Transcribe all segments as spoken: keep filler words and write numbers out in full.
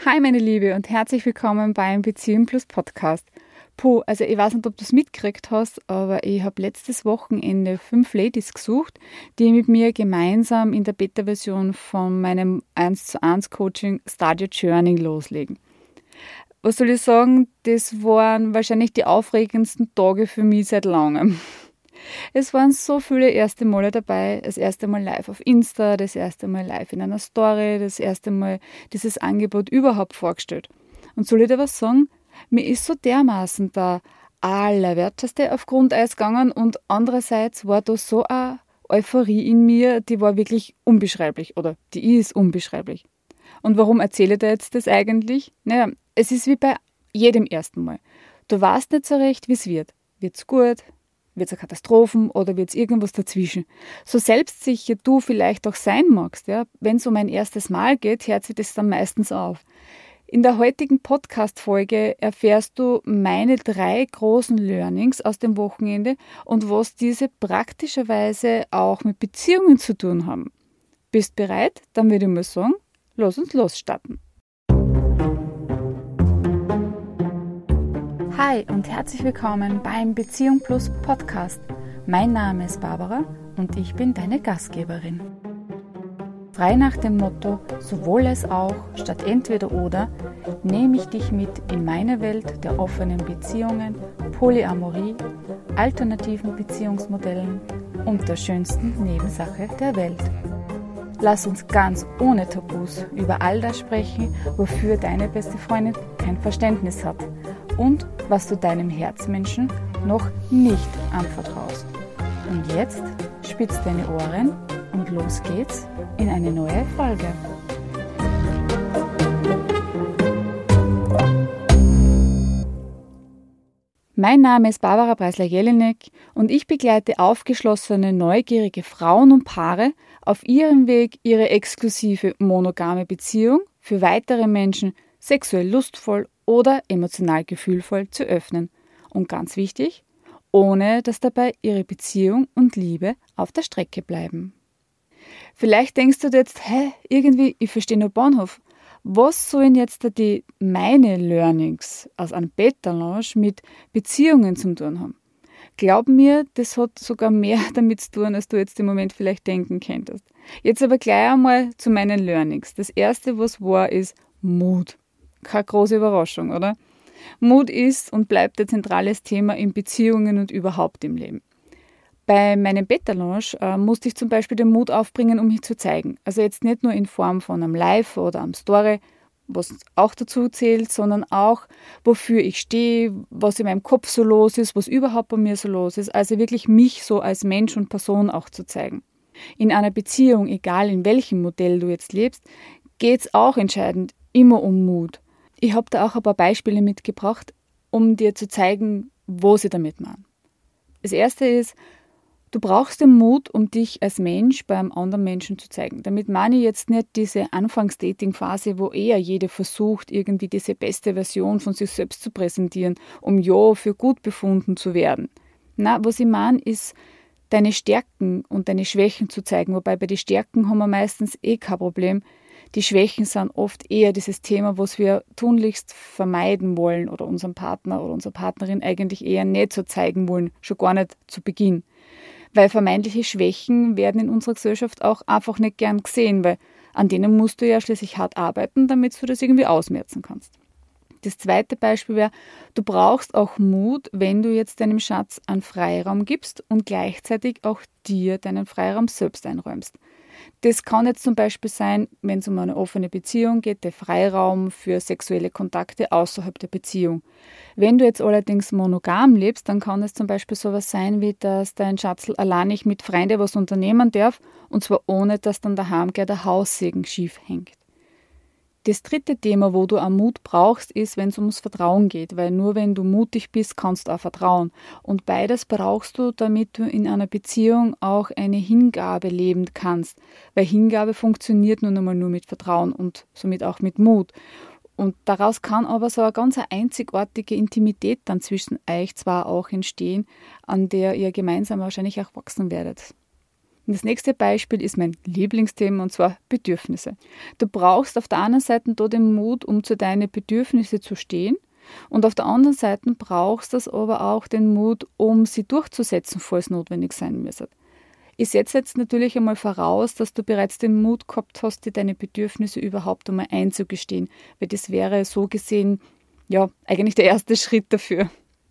Hi meine Liebe und herzlich willkommen beim Beziehung Plus Podcast. Puh, also ich weiß nicht, ob du es mitgekriegt hast, aber ich habe letztes Wochenende fünf Ladies gesucht, die mit mir gemeinsam in der Beta-Version von meinem eins zu eins Coaching Start Your Journey loslegen. Was soll ich sagen, das waren wahrscheinlich die aufregendsten Tage für mich seit langem. Es waren so viele erste Male dabei, das erste Mal live auf Insta, das erste Mal live in einer Story, das erste Mal dieses Angebot überhaupt vorgestellt. Und soll ich dir was sagen? Mir ist so dermaßen der Allerwerteste auf Grundeis gegangen und andererseits war da so eine Euphorie in mir, die war wirklich unbeschreiblich oder die ist unbeschreiblich. Und warum erzähle ich dir jetzt das eigentlich? Naja, es ist wie bei jedem ersten Mal. Du weißt nicht so recht, wie es wird. Wird's gut? Wird's eine Katastrophe oder wird's irgendwas dazwischen? So selbstsicher du vielleicht auch sein magst, ja, wenn es um ein erstes Mal geht, hört sich das dann meistens auf. In der heutigen Podcast-Folge erfährst du meine drei großen Learnings aus dem Wochenende und was diese praktischerweise auch mit Beziehungen zu tun haben. Bist bereit? Dann würde ich mal sagen, lass uns losstarten. Hi und herzlich willkommen beim Beziehung Plus Podcast. Mein Name ist Barbara und ich bin deine Gastgeberin. Frei nach dem Motto sowohl als auch statt entweder oder nehme ich dich mit in meine Welt der offenen Beziehungen, Polyamorie, alternativen Beziehungsmodellen und der schönsten Nebensache der Welt. Lass uns ganz ohne Tabus über all das sprechen, wofür deine beste Freundin kein Verständnis hat und was du deinem Herzmenschen noch nicht anvertraust. Und jetzt spitz deine Ohren und los geht's in eine neue Folge. Mein Name ist Barbara Preisler-Jelinek und ich begleite aufgeschlossene, neugierige Frauen und Paare auf ihrem Weg, ihre exklusive monogame Beziehung für weitere Menschen sexuell lustvoll oder emotional gefühlvoll zu öffnen. Und ganz wichtig, ohne dass dabei ihre Beziehung und Liebe auf der Strecke bleiben. Vielleicht denkst du dir jetzt, hä, irgendwie, ich verstehe nur Bahnhof. Was sollen jetzt die meine Learnings aus einem Beta-Lounge mit Beziehungen zu tun haben? Glaub mir, das hat sogar mehr damit zu tun, als du jetzt im Moment vielleicht denken könntest. Jetzt aber gleich einmal zu meinen Learnings. Das erste, was war, ist Mut. Keine große Überraschung, oder? Mut ist und bleibt ein zentrales Thema in Beziehungen und überhaupt im Leben. Bei meinem Beta-Launch äh, musste ich zum Beispiel den Mut aufbringen, um mich zu zeigen. Also jetzt nicht nur in Form von einem Live oder einem Story, was auch dazu zählt, sondern auch, wofür ich stehe, was in meinem Kopf so los ist, was überhaupt bei mir so los ist. Also wirklich mich so als Mensch und Person auch zu zeigen. In einer Beziehung, egal in welchem Modell du jetzt lebst, geht es auch entscheidend immer um Mut. Ich habe da auch ein paar Beispiele mitgebracht, um dir zu zeigen, wo sie damit machen. Das erste ist, du brauchst den Mut, um dich als Mensch beim anderen Menschen zu zeigen. Damit meine ich jetzt nicht diese Anfangs-Dating-Phase, wo eher jeder versucht, irgendwie diese beste Version von sich selbst zu präsentieren, um ja für gut befunden zu werden. Na, was ich meine, ist, deine Stärken und deine Schwächen zu zeigen. Wobei bei den Stärken haben wir meistens eh kein Problem. Die Schwächen sind oft eher dieses Thema, was wir tunlichst vermeiden wollen oder unserem Partner oder unserer Partnerin eigentlich eher nicht so zeigen wollen, schon gar nicht zu Beginn. Weil vermeintliche Schwächen werden in unserer Gesellschaft auch einfach nicht gern gesehen, weil an denen musst du ja schließlich hart arbeiten, damit du das irgendwie ausmerzen kannst. Das zweite Beispiel wäre, du brauchst auch Mut, wenn du jetzt deinem Schatz einen Freiraum gibst und gleichzeitig auch dir deinen Freiraum selbst einräumst. Das kann jetzt zum Beispiel sein, wenn es um eine offene Beziehung geht, der Freiraum für sexuelle Kontakte außerhalb der Beziehung. Wenn du jetzt allerdings monogam lebst, dann kann es zum Beispiel sowas sein, wie dass dein Schatzl allein nicht mit Freunden was unternehmen darf, und zwar ohne, dass dann daheim gleich der Haussegen schief hängt. Das dritte Thema, wo du auch Mut brauchst, ist, wenn es ums Vertrauen geht, weil nur wenn du mutig bist, kannst du auch vertrauen. Und beides brauchst du, damit du in einer Beziehung auch eine Hingabe leben kannst, weil Hingabe funktioniert nun einmal nur mit Vertrauen und somit auch mit Mut. Und daraus kann aber so eine ganz einzigartige Intimität dann zwischen euch zwar auch entstehen, an der ihr gemeinsam wahrscheinlich auch wachsen werdet. Und das nächste Beispiel ist mein Lieblingsthema, und zwar Bedürfnisse. Du brauchst auf der einen Seite da den Mut, um zu deinen Bedürfnissen zu stehen, und auf der anderen Seite brauchst du aber auch den Mut, um sie durchzusetzen, falls notwendig sein müsste. Ich setze jetzt natürlich einmal voraus, dass du bereits den Mut gehabt hast, dir deine Bedürfnisse überhaupt einmal einzugestehen, weil das wäre so gesehen, ja, eigentlich der erste Schritt dafür.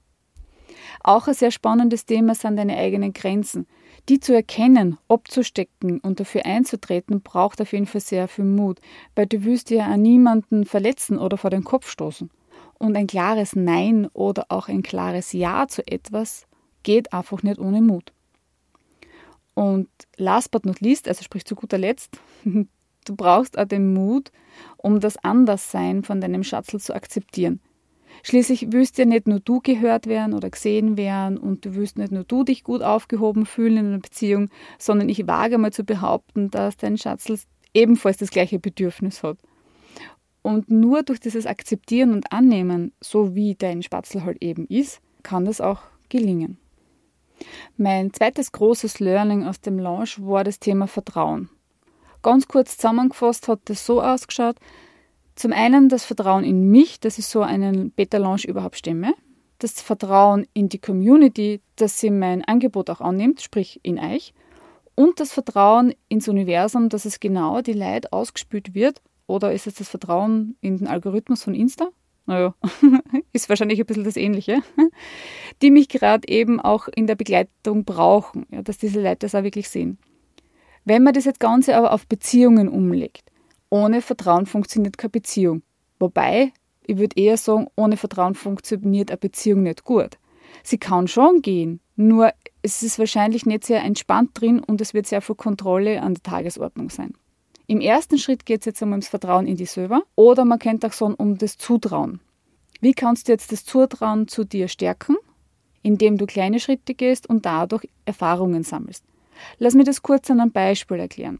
Auch ein sehr spannendes Thema sind deine eigenen Grenzen. Die zu erkennen, abzustecken und dafür einzutreten, braucht auf jeden Fall sehr viel Mut, weil du willst ja an niemanden verletzen oder vor den Kopf stoßen. Und ein klares Nein oder auch ein klares Ja zu etwas geht einfach nicht ohne Mut. Und last but not least, also sprich zu guter Letzt, du brauchst auch den Mut, um das Anderssein von deinem Schatzel zu akzeptieren. Schließlich willst ja nicht nur du gehört werden oder gesehen werden und du willst nicht nur du dich gut aufgehoben fühlen in einer Beziehung, sondern ich wage mal zu behaupten, dass dein Schatzel ebenfalls das gleiche Bedürfnis hat. Und nur durch dieses Akzeptieren und Annehmen, so wie dein Spatzel halt eben ist, kann das auch gelingen. Mein zweites großes Learning aus dem Launch war das Thema Vertrauen. Ganz kurz zusammengefasst hat das so ausgeschaut: Zum einen das Vertrauen in mich, dass ich so einen Beta-Launch überhaupt stemme. Das Vertrauen in die Community, dass sie mein Angebot auch annimmt, sprich in euch. Und das Vertrauen ins Universum, dass es genau die Leute ausgespült wird. Oder ist es das Vertrauen in den Algorithmus von Insta? Naja, ist wahrscheinlich ein bisschen das Ähnliche. Die mich gerade eben auch in der Begleitung brauchen, ja, dass diese Leute das auch wirklich sehen. Wenn man das jetzt Ganze aber auf Beziehungen umlegt, ohne Vertrauen funktioniert keine Beziehung. Wobei, ich würde eher sagen, ohne Vertrauen funktioniert eine Beziehung nicht gut. Sie kann schon gehen, nur es ist wahrscheinlich nicht sehr entspannt drin und es wird sehr viel Kontrolle an der Tagesordnung sein. Im ersten Schritt geht es jetzt einmal ums Vertrauen in dich selber oder man könnte auch sagen, um das Zutrauen. Wie kannst du jetzt das Zutrauen zu dir stärken? Indem du kleine Schritte gehst und dadurch Erfahrungen sammelst. Lass mich das kurz an einem Beispiel erklären.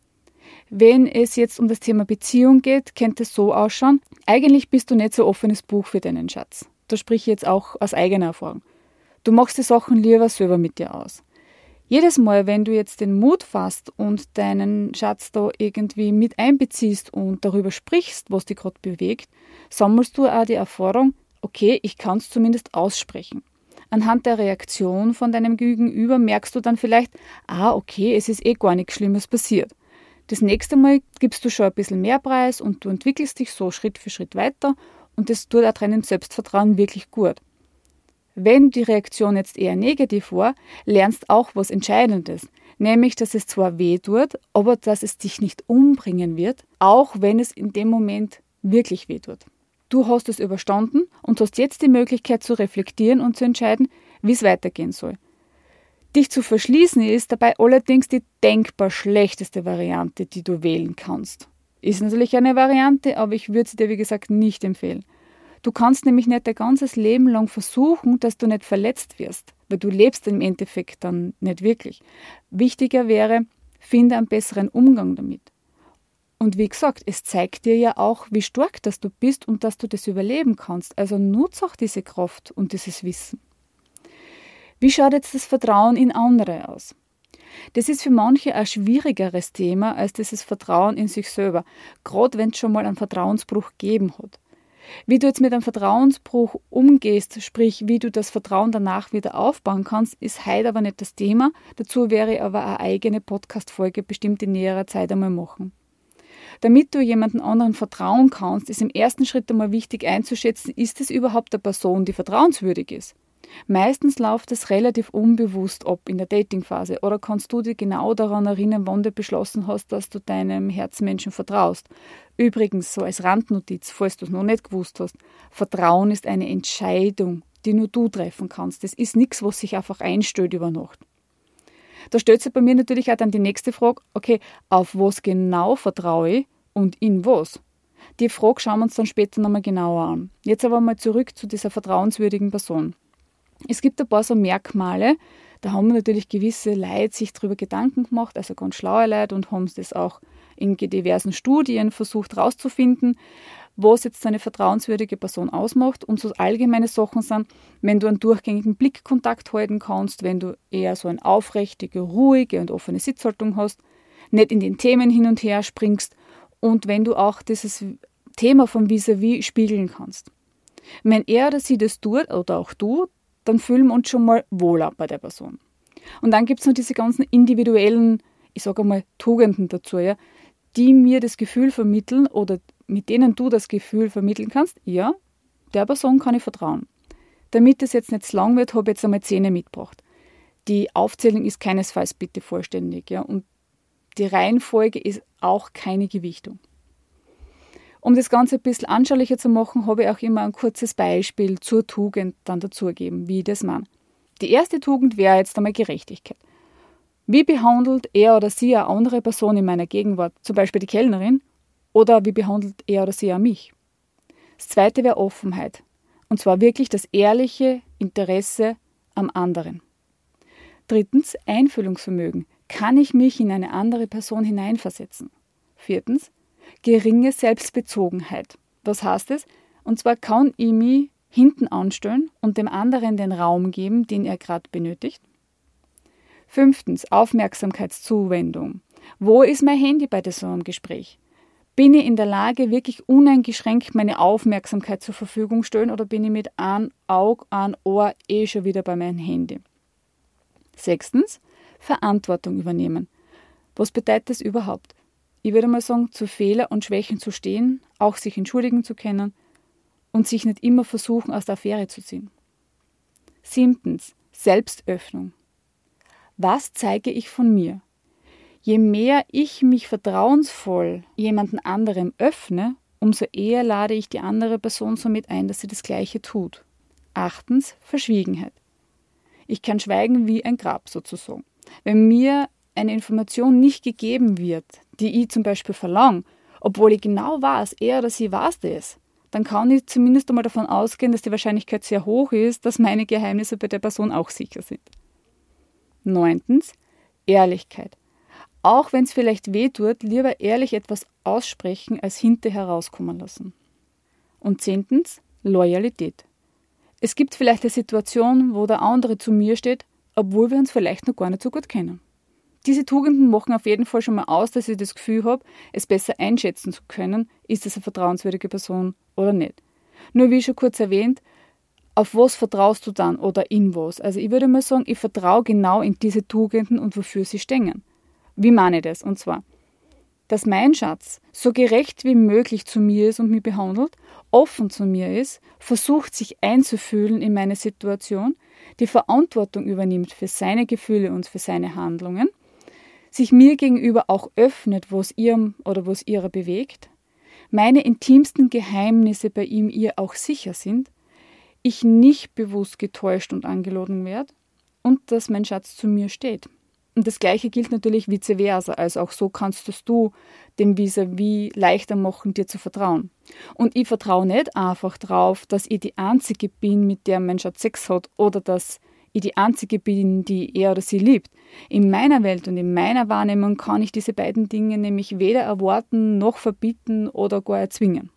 Wenn es jetzt um das Thema Beziehung geht, könnte es so ausschauen: Eigentlich bist du nicht so ein offenes Buch für deinen Schatz. Da spreche ich jetzt auch aus eigener Erfahrung. Du machst die Sachen lieber selber mit dir aus. Jedes Mal, wenn du jetzt den Mut fasst und deinen Schatz da irgendwie mit einbeziehst und darüber sprichst, was dich gerade bewegt, sammelst du auch die Erfahrung, okay, ich kann es zumindest aussprechen. Anhand der Reaktion von deinem Gegenüber merkst du dann vielleicht, ah, okay, es ist eh gar nichts Schlimmes passiert. Das nächste Mal gibst du schon ein bisschen mehr Preis und du entwickelst dich so Schritt für Schritt weiter und das tut auch deinem Selbstvertrauen wirklich gut. Wenn die Reaktion jetzt eher negativ war, lernst auch was Entscheidendes, nämlich, dass es zwar weh tut, aber dass es dich nicht umbringen wird, auch wenn es in dem Moment wirklich weh tut. Du hast es überstanden und hast jetzt die Möglichkeit zu reflektieren und zu entscheiden, wie es weitergehen soll. Dich zu verschließen ist dabei allerdings die denkbar schlechteste Variante, die du wählen kannst. Ist natürlich eine Variante, aber ich würde sie dir, wie gesagt, nicht empfehlen. Du kannst nämlich nicht dein ganzes Leben lang versuchen, dass du nicht verletzt wirst, weil du lebst im Endeffekt dann nicht wirklich. Wichtiger wäre, finde einen besseren Umgang damit. Und wie gesagt, es zeigt dir ja auch, wie stark dass du bist und dass du das überleben kannst. Also nutze auch diese Kraft und dieses Wissen. Wie schaut jetzt das Vertrauen in andere aus? Das ist für manche ein schwierigeres Thema als dieses Vertrauen in sich selber, gerade wenn es schon mal einen Vertrauensbruch gegeben hat. Wie du jetzt mit einem Vertrauensbruch umgehst, sprich wie du das Vertrauen danach wieder aufbauen kannst, ist heute aber nicht das Thema. Dazu wäre aber eine eigene Podcast-Folge bestimmt in näherer Zeit einmal machen. Damit du jemandem anderen vertrauen kannst, ist im ersten Schritt einmal wichtig einzuschätzen, ist es überhaupt eine Person, die vertrauenswürdig ist? Meistens läuft es relativ unbewusst ab in der Datingphase oder kannst du dich genau daran erinnern, wann du beschlossen hast, dass du deinem Herzmenschen vertraust. Übrigens, so als Randnotiz, falls du es noch nicht gewusst hast, Vertrauen ist eine Entscheidung, die nur du treffen kannst. Das ist nichts, was sich einfach einstellt über Nacht. Da stellt sich bei mir natürlich auch dann die nächste Frage, okay, auf was genau vertraue ich und in was? Die Frage schauen wir uns dann später nochmal genauer an. Jetzt aber mal zurück zu dieser vertrauenswürdigen Person. Es gibt ein paar so Merkmale, da haben natürlich gewisse Leute sich darüber Gedanken gemacht, also ganz schlaue Leute, und haben das auch in diversen Studien versucht herauszufinden, was jetzt eine vertrauenswürdige Person ausmacht und so allgemeine Sachen sind, wenn du einen durchgängigen Blickkontakt halten kannst, wenn du eher so eine aufrichtige, ruhige und offene Sitzhaltung hast, nicht in den Themen hin und her springst und wenn du auch dieses Thema vom Vis-à-vis spiegeln kannst. Wenn er oder sie das tut, oder auch du, dann fühlen wir uns schon mal wohler bei der Person. Und dann gibt es noch diese ganzen individuellen, ich sage mal, Tugenden dazu, ja, die mir das Gefühl vermitteln oder mit denen du das Gefühl vermitteln kannst, ja, der Person kann ich vertrauen. Damit es jetzt nicht zu lang wird, habe ich jetzt einmal Zähne mitgebracht. Die Aufzählung ist keinesfalls bitte vollständig, ja, und die Reihenfolge ist auch keine Gewichtung. Um das Ganze ein bisschen anschaulicher zu machen, habe ich auch immer ein kurzes Beispiel zur Tugend dann dazugegeben, wie ich das meine. Die erste Tugend wäre jetzt einmal Gerechtigkeit. Wie behandelt er oder sie eine andere Person in meiner Gegenwart, zum Beispiel die Kellnerin, oder wie behandelt er oder sie auch mich? Das zweite wäre Offenheit, und zwar wirklich das ehrliche Interesse am anderen. Drittens, Einfühlungsvermögen. Kann ich mich in eine andere Person hineinversetzen? Viertens, geringe Selbstbezogenheit. Was heißt es? Und zwar kann ich mich hinten anstellen und dem anderen den Raum geben, den er gerade benötigt. Fünftens, Aufmerksamkeitszuwendung. Wo ist mein Handy bei so einem Gespräch? Bin ich in der Lage, wirklich uneingeschränkt meine Aufmerksamkeit zur Verfügung zu stellen oder bin ich mit einem Auge, einem Ohr eh schon wieder bei meinem Handy? Sechstens, Verantwortung übernehmen. Was bedeutet das überhaupt? Ich würde mal sagen, zu Fehler und Schwächen zu stehen, auch sich entschuldigen zu können und sich nicht immer versuchen, aus der Affäre zu ziehen. Siebtens, Selbstöffnung. Was zeige ich von mir? Je mehr ich mich vertrauensvoll jemandem anderem öffne, umso eher lade ich die andere Person somit ein, dass sie das Gleiche tut. Achtens, Verschwiegenheit. Ich kann schweigen wie ein Grab sozusagen. Wenn mir eine Information nicht gegeben wird, die ich zum Beispiel verlange, obwohl ich genau weiß, er oder sie weiß das, dann kann ich zumindest einmal davon ausgehen, dass die Wahrscheinlichkeit sehr hoch ist, dass meine Geheimnisse bei der Person auch sicher sind. Neuntens, Ehrlichkeit. Auch wenn es vielleicht weh tut, lieber ehrlich etwas aussprechen, als hinterher rauskommen lassen. Und zehntens, Loyalität. Es gibt vielleicht eine Situation, wo der andere zu mir steht, obwohl wir uns vielleicht noch gar nicht so gut kennen. Diese Tugenden machen auf jeden Fall schon mal aus, dass ich das Gefühl habe, es besser einschätzen zu können, ist es eine vertrauenswürdige Person oder nicht. Nur wie schon kurz erwähnt, auf was vertraust du dann oder in was? Also ich würde mal sagen, ich vertraue genau in diese Tugenden und wofür sie stehen. Wie meine ich das? Und zwar, dass mein Schatz so gerecht wie möglich zu mir ist und mich behandelt, offen zu mir ist, versucht sich einzufühlen in meine Situation, die Verantwortung übernimmt für seine Gefühle und für seine Handlungen, sich mir gegenüber auch öffnet, was ihm oder was ihrer bewegt, meine intimsten Geheimnisse bei ihm ihr auch sicher sind, ich nicht bewusst getäuscht und angelogen werde und dass mein Schatz zu mir steht. Und das Gleiche gilt natürlich vice versa, also auch so kannst du dem Vis-à-vis leichter machen, dir zu vertrauen. Und ich vertraue nicht einfach darauf, dass ich die Einzige bin, mit der mein Schatz Sex hat oder dass ich die Einzige bin, die er oder sie liebt. In meiner Welt und in meiner Wahrnehmung kann ich diese beiden Dinge nämlich weder erwarten, noch verbieten oder gar erzwingen.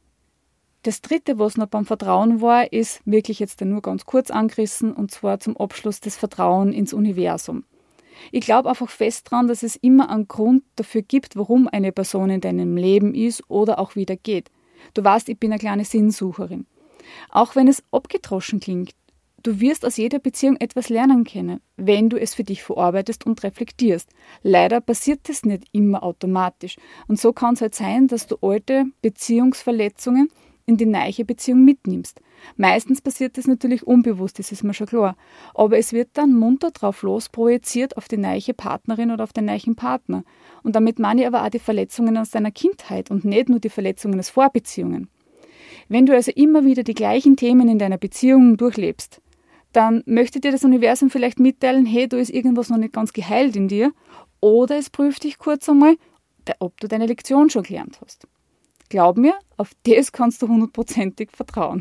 Das Dritte, was noch beim Vertrauen war, ist wirklich jetzt nur ganz kurz angerissen, und zwar zum Abschluss das Vertrauen ins Universum. Ich glaube einfach fest daran, dass es immer einen Grund dafür gibt, warum eine Person in deinem Leben ist oder auch wieder geht. Du weißt, ich bin eine kleine Sinnsucherin. Auch wenn es abgedroschen klingt, du wirst aus jeder Beziehung etwas lernen können, wenn du es für dich verarbeitest und reflektierst. Leider passiert das nicht immer automatisch. Und so kann es halt sein, dass du alte Beziehungsverletzungen in die neue Beziehung mitnimmst. Meistens passiert das natürlich unbewusst, das ist mir schon klar. Aber es wird dann munter drauf los projiziert auf die neue Partnerin oder auf den neuen Partner. Und damit meine ich aber auch die Verletzungen aus deiner Kindheit und nicht nur die Verletzungen aus Vorbeziehungen. Wenn du also immer wieder die gleichen Themen in deiner Beziehung durchlebst, dann möchte dir das Universum vielleicht mitteilen, hey, da ist irgendwas noch nicht ganz geheilt in dir, oder es prüft dich kurz einmal, ob du deine Lektion schon gelernt hast. Glaub mir, auf das kannst du hundertprozentig vertrauen.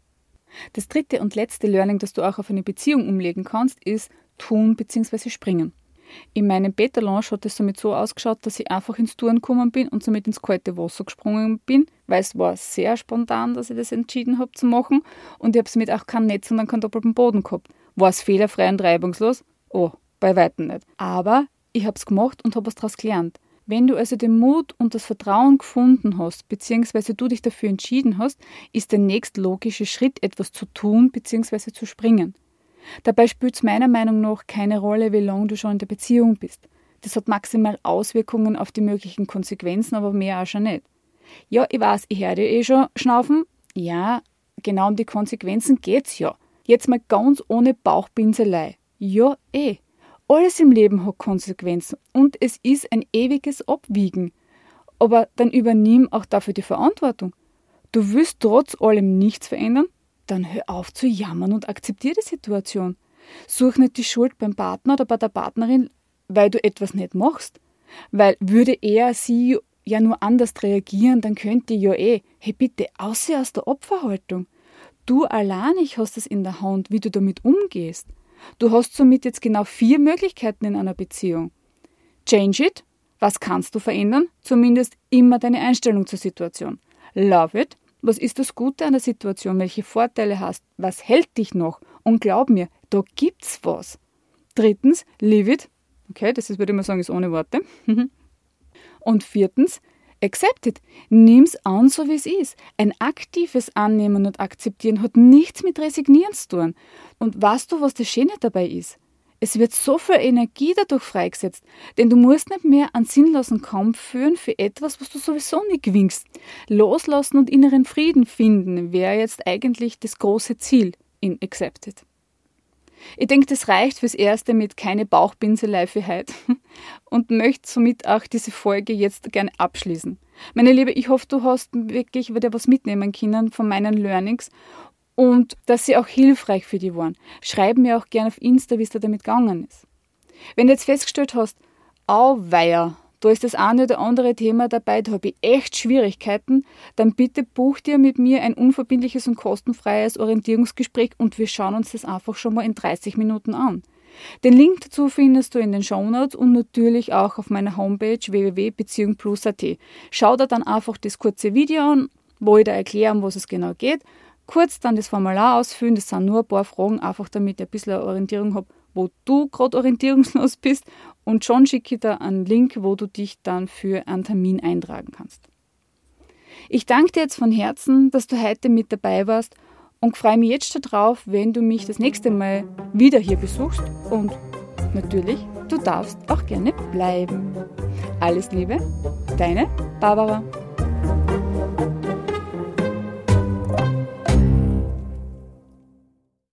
Das dritte und letzte Learning, das du auch auf eine Beziehung umlegen kannst, ist tun bzw. springen. In meinem Beta-Launch hat es somit so ausgeschaut, dass ich einfach ins Touren gekommen bin und somit ins kalte Wasser gesprungen bin, weil es war sehr spontan, dass ich das entschieden habe zu machen und ich habe es mit auch kein Netz und keinen doppelten Boden gehabt. War es fehlerfrei und reibungslos? Oh, bei weitem nicht. Aber ich habe es gemacht und habe was daraus gelernt. Wenn du also den Mut und das Vertrauen gefunden hast, beziehungsweise du dich dafür entschieden hast, ist der nächstlogische Schritt, etwas zu tun, beziehungsweise zu springen. Dabei spielt es meiner Meinung nach keine Rolle, wie lange du schon in der Beziehung bist. Das hat maximal Auswirkungen auf die möglichen Konsequenzen, aber mehr auch schon nicht. Ja, ich weiß, ich höre dir eh schon schnaufen. Ja, genau um die Konsequenzen geht's ja. Jetzt mal ganz ohne Bauchpinselei. Ja, eh. Alles im Leben hat Konsequenzen und es ist ein ewiges Abwiegen. Aber dann übernimm auch dafür die Verantwortung. Du willst trotz allem nichts verändern? Dann hör auf zu jammern und akzeptiere die Situation. Such nicht die Schuld beim Partner oder bei der Partnerin, weil du etwas nicht machst. Weil würde er, sie ja nur anders reagieren, dann könnte ja eh, hey bitte, außer aus der Opferhaltung. Du alleinig hast es in der Hand, wie du damit umgehst. Du hast somit jetzt genau vier Möglichkeiten in einer Beziehung. Change it, was kannst du verändern? Zumindest immer deine Einstellung zur Situation. Love it, was ist das Gute an der Situation? Welche Vorteile hast? Was hält dich noch? Und glaub mir, da gibt's was. Drittens, live it. Okay, das ist, würde ich mal sagen, ist ohne Worte. Und viertens, accept it. Nimm's an, so wie es ist. Ein aktives Annehmen und Akzeptieren hat nichts mit Resignieren zu tun. Und weißt du, was das Schöne dabei ist? Es wird so viel Energie dadurch freigesetzt, denn du musst nicht mehr einen sinnlosen Kampf führen für etwas, was du sowieso nicht gewinnst. Loslassen und inneren Frieden finden wäre jetzt eigentlich das große Ziel in Accept It. Ich denke, das reicht fürs Erste mit keine Bauchpinselei für heute und möchte somit auch diese Folge jetzt gerne abschließen. Meine Liebe, ich hoffe, du hast wirklich wieder was mitnehmen können von meinen Learnings und dass sie auch hilfreich für dich waren. Schreib mir auch gerne auf Insta, wie es dir damit gegangen ist. Wenn du jetzt festgestellt hast, auweia, da ist das eine oder andere Thema dabei, da habe ich echt Schwierigkeiten, dann bitte buch dir mit mir ein unverbindliches und kostenfreies Orientierungsgespräch und wir schauen uns das einfach schon mal in dreißig Minuten an. Den Link dazu findest du in den Shownotes und natürlich auch auf meiner Homepage w w w punkt beziehung plus punkt a t. Schau dir dann einfach das kurze Video an, wo ich dir erkläre, um was es genau geht. Kurz dann das Formular ausfüllen, das sind nur ein paar Fragen, einfach damit ich ein bisschen eine Orientierung habe, wo du gerade orientierungslos bist und schon schicke ich dir einen Link, wo du dich dann für einen Termin eintragen kannst. Ich danke dir jetzt von Herzen, dass du heute mit dabei warst und freue mich jetzt schon drauf, wenn du mich das nächste Mal wieder hier besuchst und natürlich, du darfst auch gerne bleiben. Alles Liebe, deine Barbara.